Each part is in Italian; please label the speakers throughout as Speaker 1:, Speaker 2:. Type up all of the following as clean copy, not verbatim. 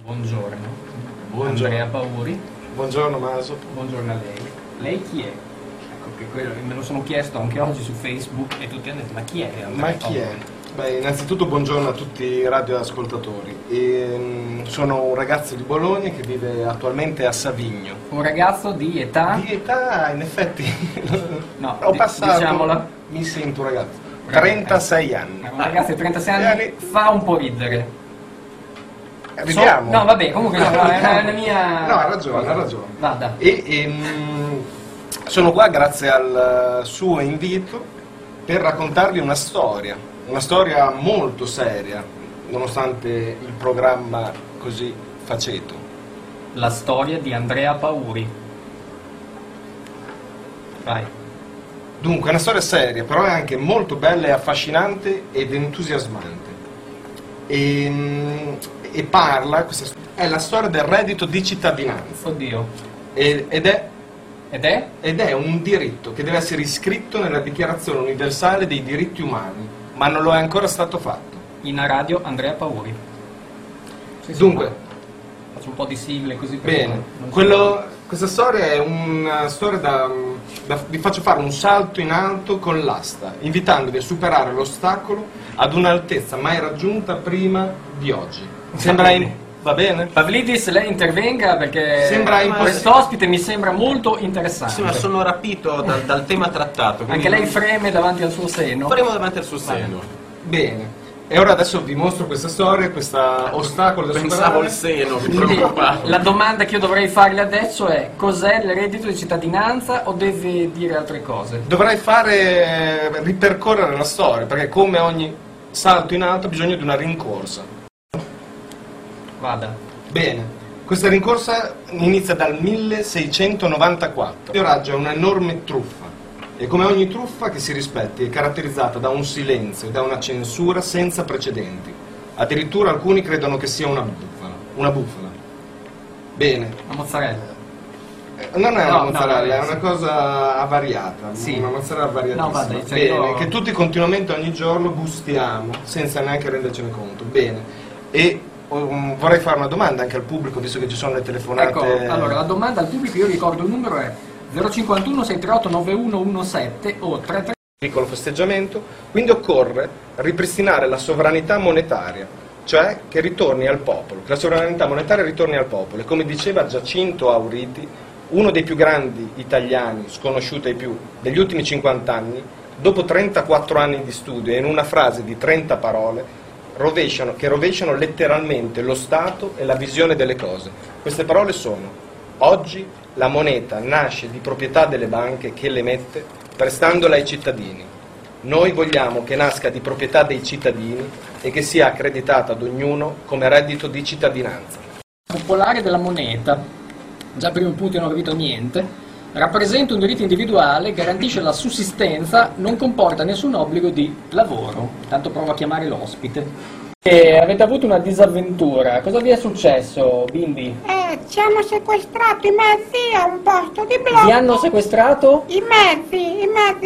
Speaker 1: Buongiorno.
Speaker 2: Buongiorno.
Speaker 1: Andrea Pauri.
Speaker 2: Buongiorno Maso.
Speaker 1: Buongiorno a lei. Lei chi è? Ecco, che quello me lo sono chiesto anche oggi su Facebook e tutti hanno detto, ma chi è Andrea Pauri?
Speaker 2: Beh, innanzitutto buongiorno a tutti i radioascoltatori. Sono un ragazzo di Bologna che vive attualmente a Savigno.
Speaker 1: Un ragazzo di età?
Speaker 2: Di età, in effetti,
Speaker 1: No,
Speaker 2: ho passato,
Speaker 1: diciamola.
Speaker 2: mi sento un ragazzo, 36 anni.
Speaker 1: Un ragazzo di 36 anni fa un po' ridere.
Speaker 2: Vediamo.
Speaker 1: No, vabbè, comunque no, è una mia...
Speaker 2: No, ha ragione.
Speaker 1: Vada.
Speaker 2: Sono qua grazie al suo invito per raccontarvi una storia molto seria, nonostante il programma così faceto.
Speaker 1: La storia di Andrea Pauri. Vai.
Speaker 2: Dunque, è una storia seria, però è anche molto bella e affascinante ed entusiasmante. E parla, è la storia del reddito di cittadinanza.
Speaker 1: Oddio.
Speaker 2: Ed è
Speaker 1: Ed è?
Speaker 2: Ed è un diritto che deve essere iscritto nella Dichiarazione Universale dei Diritti Umani, ma non lo è ancora stato fatto.
Speaker 1: In radio Andrea Pauri. Sì,
Speaker 2: Dunque,
Speaker 1: faccio un po' di sigle così.
Speaker 2: bene, questa storia è una storia vi faccio fare un salto in alto con l'asta, invitandovi a superare l'ostacolo ad un'altezza mai raggiunta prima di oggi. Va bene?
Speaker 1: Pavlidis, lei intervenga perché quest'ospite mi sembra molto interessante.
Speaker 3: Sì, ma sono rapito dal tema trattato.
Speaker 1: Anche lei freme davanti al suo seno.
Speaker 3: Fremo davanti al suo seno.
Speaker 2: Bene. E ora adesso vi mostro questa storia, questo ostacolo da
Speaker 3: Pensavo
Speaker 2: superare.
Speaker 3: al seno, mi
Speaker 1: Quindi,
Speaker 3: preoccupavo.
Speaker 1: la domanda che io dovrei farle adesso è: cos'è il reddito di cittadinanza o deve dire altre cose?
Speaker 2: Dovrei ripercorrere la storia, perché come ogni salto in alto ha bisogno di una rincorsa.
Speaker 1: Vada.
Speaker 2: Bene, questa rincorsa inizia dal 1694. Il raggio è un'enorme truffa e come ogni truffa che si rispetti è caratterizzata da un silenzio e da una censura senza precedenti. Addirittura alcuni credono che sia una bufala. Bene.
Speaker 1: La mozzarella.
Speaker 2: Non è una
Speaker 1: No,
Speaker 2: mozzarella,
Speaker 1: no,
Speaker 2: è una cosa avariata,
Speaker 1: Sì.
Speaker 2: una mozzarella avariatissima.
Speaker 1: No, vada, cioè
Speaker 2: Bene,
Speaker 1: io-
Speaker 2: che tutti continuamente ogni giorno gustiamo senza neanche rendercene conto. Bene. E vorrei fare una domanda anche al pubblico, visto che ci sono le telefonate.
Speaker 1: Ecco, allora la domanda al pubblico, io ricordo il numero è 051 638 9117 o 33.
Speaker 2: Piccolo festeggiamento, quindi occorre ripristinare la sovranità monetaria, cioè che ritorni al popolo, che la sovranità monetaria ritorni al popolo. E come diceva Giacinto Auriti, uno dei più grandi italiani, sconosciuto ai più, degli ultimi 50 anni, dopo 34 anni di studio e in una frase di 30 parole, che rovesciano letteralmente lo Stato e la visione delle cose. Queste parole sono: oggi la moneta nasce di proprietà delle banche che l'emette prestandola ai cittadini. Noi vogliamo che nasca di proprietà dei cittadini e che sia accreditata ad ognuno come reddito di cittadinanza.
Speaker 1: Popolare della moneta, già primo punto non ho capito niente, rappresenta un diritto individuale, garantisce la sussistenza, non comporta nessun obbligo di lavoro. Tanto provo a chiamare l'ospite. E avete avuto una disavventura, cosa vi è successo, bimbi?
Speaker 4: Ci hanno sequestrato i mezzi a un posto di blocco.
Speaker 1: Vi hanno sequestrato?
Speaker 4: I mezzi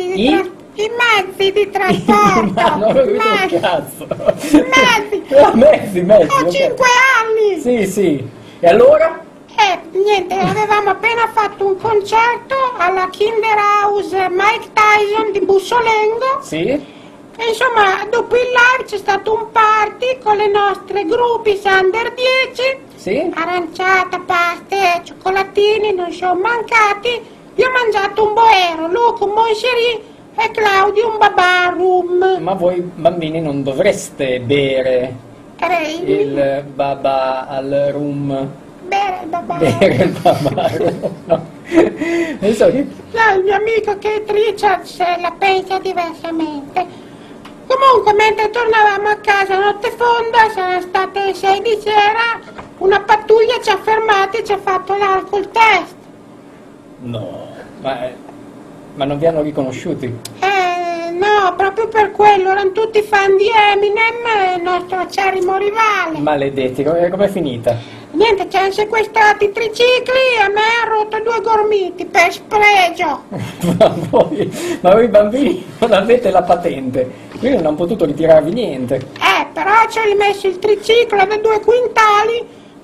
Speaker 4: di
Speaker 1: Ma
Speaker 4: trasporto.
Speaker 1: non ho capito un
Speaker 4: Mezzi.
Speaker 1: cazzo.
Speaker 4: Mezzi.
Speaker 1: Mezzi.
Speaker 4: Ho
Speaker 1: ok.
Speaker 4: 5 anni.
Speaker 1: Sì. E allora?
Speaker 4: Niente, avevamo appena fatto un concerto alla Kinderhouse Mike Tyson di Bussolengo.
Speaker 1: Sì?
Speaker 4: E insomma, dopo il live c'è stato un party con le nostre gruppi Under 10.
Speaker 1: Sì?
Speaker 4: Aranciata, paste, cioccolatini, non sono mancati. Io ho mangiato un boero, Luca un moncherie e Claudio un babarum.
Speaker 1: Ma voi bambini non dovreste bere il baba al rum.
Speaker 4: Bere il babarum.
Speaker 1: Bere il baba al rum. No. Non so che...
Speaker 4: Il mio amico Kate Richards la pensa diversamente. Comunque, mentre tornavamo a casa notte fonda, sono state le 6 di sera, una pattuglia ci ha fermati e ci ha fatto l'alcol test.
Speaker 1: No, ma non vi hanno riconosciuti?
Speaker 4: No, proprio per quello, erano tutti fan di Eminem, il nostro acerrimo rivale.
Speaker 1: Maledetti, com'è finita?
Speaker 4: Niente, ci hanno sequestrato i tricicli e a me ha rotto 2 gormiti per spregio.
Speaker 1: Ma voi bambini non avete la patente, quindi non hanno potuto ritirarvi niente.
Speaker 4: Però ci ho rimesso il triciclo da 2 quintali,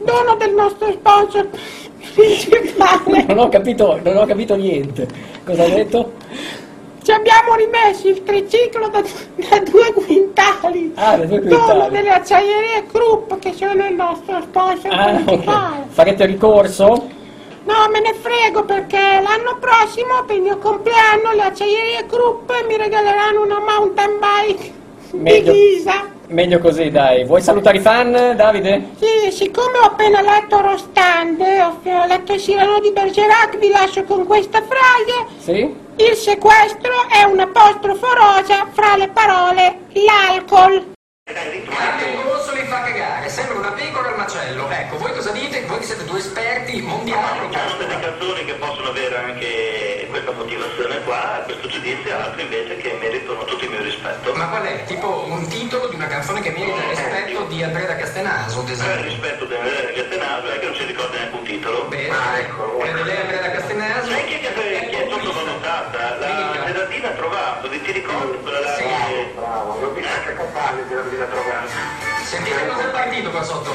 Speaker 4: dono del nostro sponsor principale.
Speaker 1: Non ho capito niente. Cosa ha detto?
Speaker 4: Ci abbiamo rimessi il triciclo da 2 quintali.
Speaker 1: Ah, da 2
Speaker 4: Dono
Speaker 1: quintali.
Speaker 4: delle acciaierie Krupp, che sono il nostro sponsor principale.
Speaker 1: Ok. Farete ricorso?
Speaker 4: No, me ne frego, perché l'anno prossimo, per il mio compleanno, le acciaierie Krupp mi regaleranno una mountain bike
Speaker 1: Meglio.
Speaker 4: di ghisa.
Speaker 1: Meglio così, dai. Vuoi salutare i fan, Davide?
Speaker 4: Sì, siccome ho appena letto Rostande, ho letto il Cyrano di Bergerac, vi lascio con questa frase.
Speaker 1: Sì?
Speaker 4: Il sequestro è un apostrofo rosa fra le parole l'alcol.
Speaker 1: Il corso li fa cagare, sembra una pecora al macello. Ecco, voi cosa dite? Voi che siete due esperti mondiali.
Speaker 5: Ci sono delle canzoni che possono avere anche questa motivazione qua, questo giudizio, altre invece che meritano tutto il mio rispetto.
Speaker 1: Ma qual è? Tipo un titolo di una canzone che merita il rispetto di Andrea da Castenaso, ad
Speaker 5: Il
Speaker 1: esempio.
Speaker 5: rispetto del Castenaso è che non si ricorda neanche un titolo.
Speaker 1: Bene, quello di lei Andrea da Castenaso.
Speaker 5: Sai chi è sottovalutata? La Gerardina Trovato, ti ricordi quella là?
Speaker 1: Sì.
Speaker 5: Bravo, non mi lascia campagna Gerardina Trovato.
Speaker 1: Sentite cos'è partito qua sotto?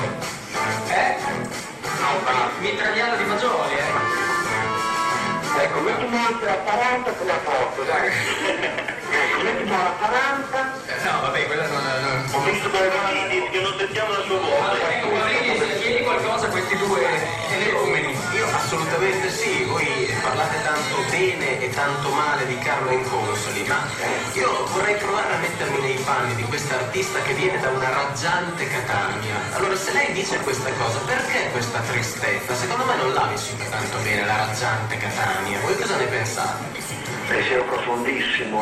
Speaker 1: Mitragliata di fagioli,
Speaker 5: Ecco, mettimi a 40 con la foto, dai. Mettimi a 40.
Speaker 1: No, vabbè, quella non...
Speaker 5: Ho visto Beverly che non sentiamo la sua voce.
Speaker 1: Chiedi qualcosa a questi due energumeni.
Speaker 3: Io assolutamente sì, voi parlate tanto bene e tanto male di Carlo Inconsoli, ma io vorrei provare a mettermi nei panni di questa artista che viene da una raggiante Catania. Allora, se lei dice questa cosa, perché questa tristezza? Secondo me non l'ha vissuta tanto bene la raggiante Catania. Voi cosa ne pensate?
Speaker 5: Pensiero profondissimo,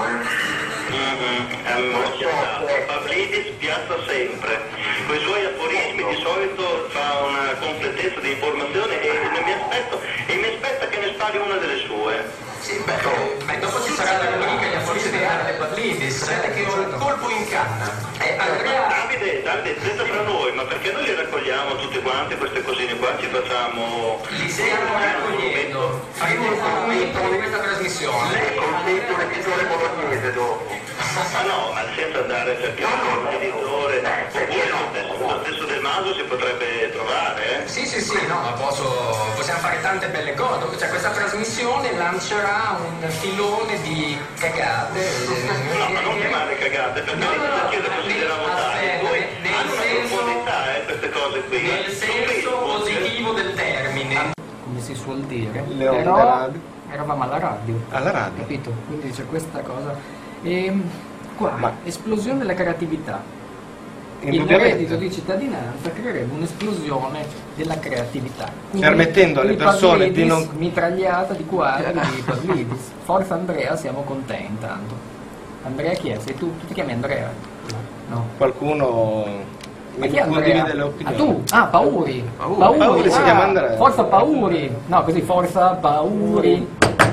Speaker 5: Pavlidis piazza sempre. Con i suoi aforismi di solito fa una completezza di informazione e mi aspetta che ne spari una delle sue.
Speaker 3: Sì, beh, dopo ci sarà la rubrica gli aforismi di Andrea Pavlidis. Vedete che ho il colpo in canna. Andrea...
Speaker 5: Davide, senza fra noi, ma perché noi li raccogliamo tutti quanti queste cosine qua, ci facciamo...
Speaker 3: Li stiamo raccogliendo. Faremo il commento di questa trasmissione.
Speaker 5: Consente un editore bolognese dopo. Ma no, ma senza andare perché un editore, oppure lo stesso Del Maso si potrebbe trovare,
Speaker 1: Sì, no, ma possiamo fare tante belle cose. Cioè, questa trasmissione lancerà un filone di cagate.
Speaker 5: No, ma non chiamare cagate, perché io le consideriamo tali. Voi hanno una profondità, queste cose qui.
Speaker 1: Nel senso positivo del termine. Come si suol dire.
Speaker 2: Le onde
Speaker 1: Però
Speaker 2: radio.
Speaker 1: eravamo alla radio.
Speaker 2: Alla radio.
Speaker 1: Capito? Quindi c'è questa cosa. Qua,
Speaker 2: Ma-
Speaker 1: esplosione della creatività. Il
Speaker 2: Indubbiamente.
Speaker 1: reddito di cittadinanza creerebbe un'esplosione della creatività. Quindi
Speaker 2: Permettendo alle
Speaker 1: il
Speaker 2: persone di
Speaker 1: Pavlidis,
Speaker 2: non...
Speaker 1: mitragliata di quadri di Pavlidis. Forza Andrea, siamo con te intanto. Andrea chi è? Sei tu? Tu ti chiami Andrea? No.
Speaker 2: Qualcuno
Speaker 1: Ma chi è Andrea?
Speaker 2: condivide le
Speaker 1: Ah,
Speaker 2: opinioni.
Speaker 1: tu? Ah, Pauri.
Speaker 2: Pauri si chiama Andrea.
Speaker 1: Forza Pauri. No, così, Forza Pauri.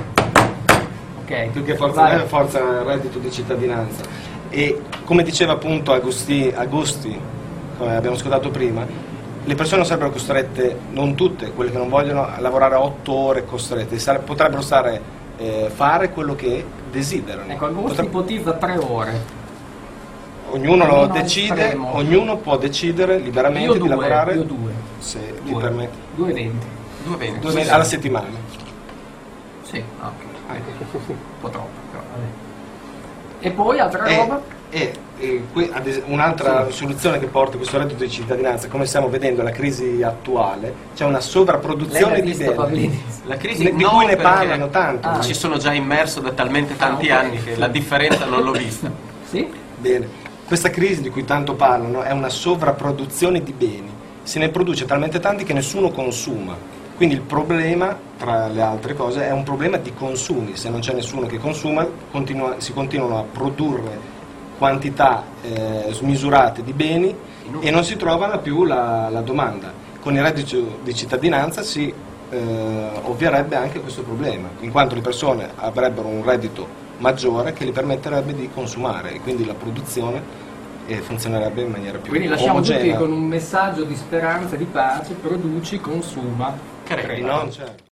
Speaker 1: Ok.
Speaker 2: Più che forza,
Speaker 1: vai.
Speaker 2: forza reddito di cittadinanza. E come diceva appunto Agusti, come abbiamo ascoltato prima, le persone non sarebbero costrette, non tutte, quelle che non vogliono, a lavorare 8 ore costrette, potrebbero fare quello che desiderano.
Speaker 1: Ecco, Agosto ipotizza 3 ore.
Speaker 2: Ognuno lo
Speaker 1: Almeno
Speaker 2: decide,
Speaker 1: estremo.
Speaker 2: ognuno può decidere liberamente
Speaker 1: Io
Speaker 2: di
Speaker 1: due,
Speaker 2: lavorare
Speaker 1: io due.
Speaker 2: se ti permette.
Speaker 1: 2,20.
Speaker 3: 2,20.
Speaker 2: 2 mesi alla settimana.
Speaker 1: Sì, ok. Un po' troppo, però vabbè. E poi altra roba?
Speaker 2: Un'altra soluzione che porta questo reddito di cittadinanza, come stiamo vedendo la crisi attuale, c'è una sovrapproduzione di beni.
Speaker 1: Pavlidis?
Speaker 3: La crisi
Speaker 2: Di
Speaker 3: no,
Speaker 2: cui ne
Speaker 3: perché
Speaker 2: parlano tanto.
Speaker 3: Ci sono già immerso da talmente tanti
Speaker 1: ok.
Speaker 3: anni che la differenza non l'ho vista.
Speaker 1: Sì?
Speaker 2: Bene, questa crisi di cui tanto parlano è una sovrapproduzione di beni, se ne produce talmente tanti che nessuno consuma. Quindi il problema, tra le altre cose, è un problema di consumi. Se non c'è nessuno che consuma, si continuano a produrre quantità smisurate di beni e non si trova più la domanda. Con il reddito di cittadinanza si ovvierebbe anche questo problema, in quanto le persone avrebbero un reddito maggiore che gli permetterebbe di consumare e quindi la produzione funzionerebbe in maniera più
Speaker 1: Quindi lasciamo tutti
Speaker 2: omogenea.
Speaker 1: con un messaggio di speranza, di pace: produci, consuma.
Speaker 3: Crepi.
Speaker 2: No, certo.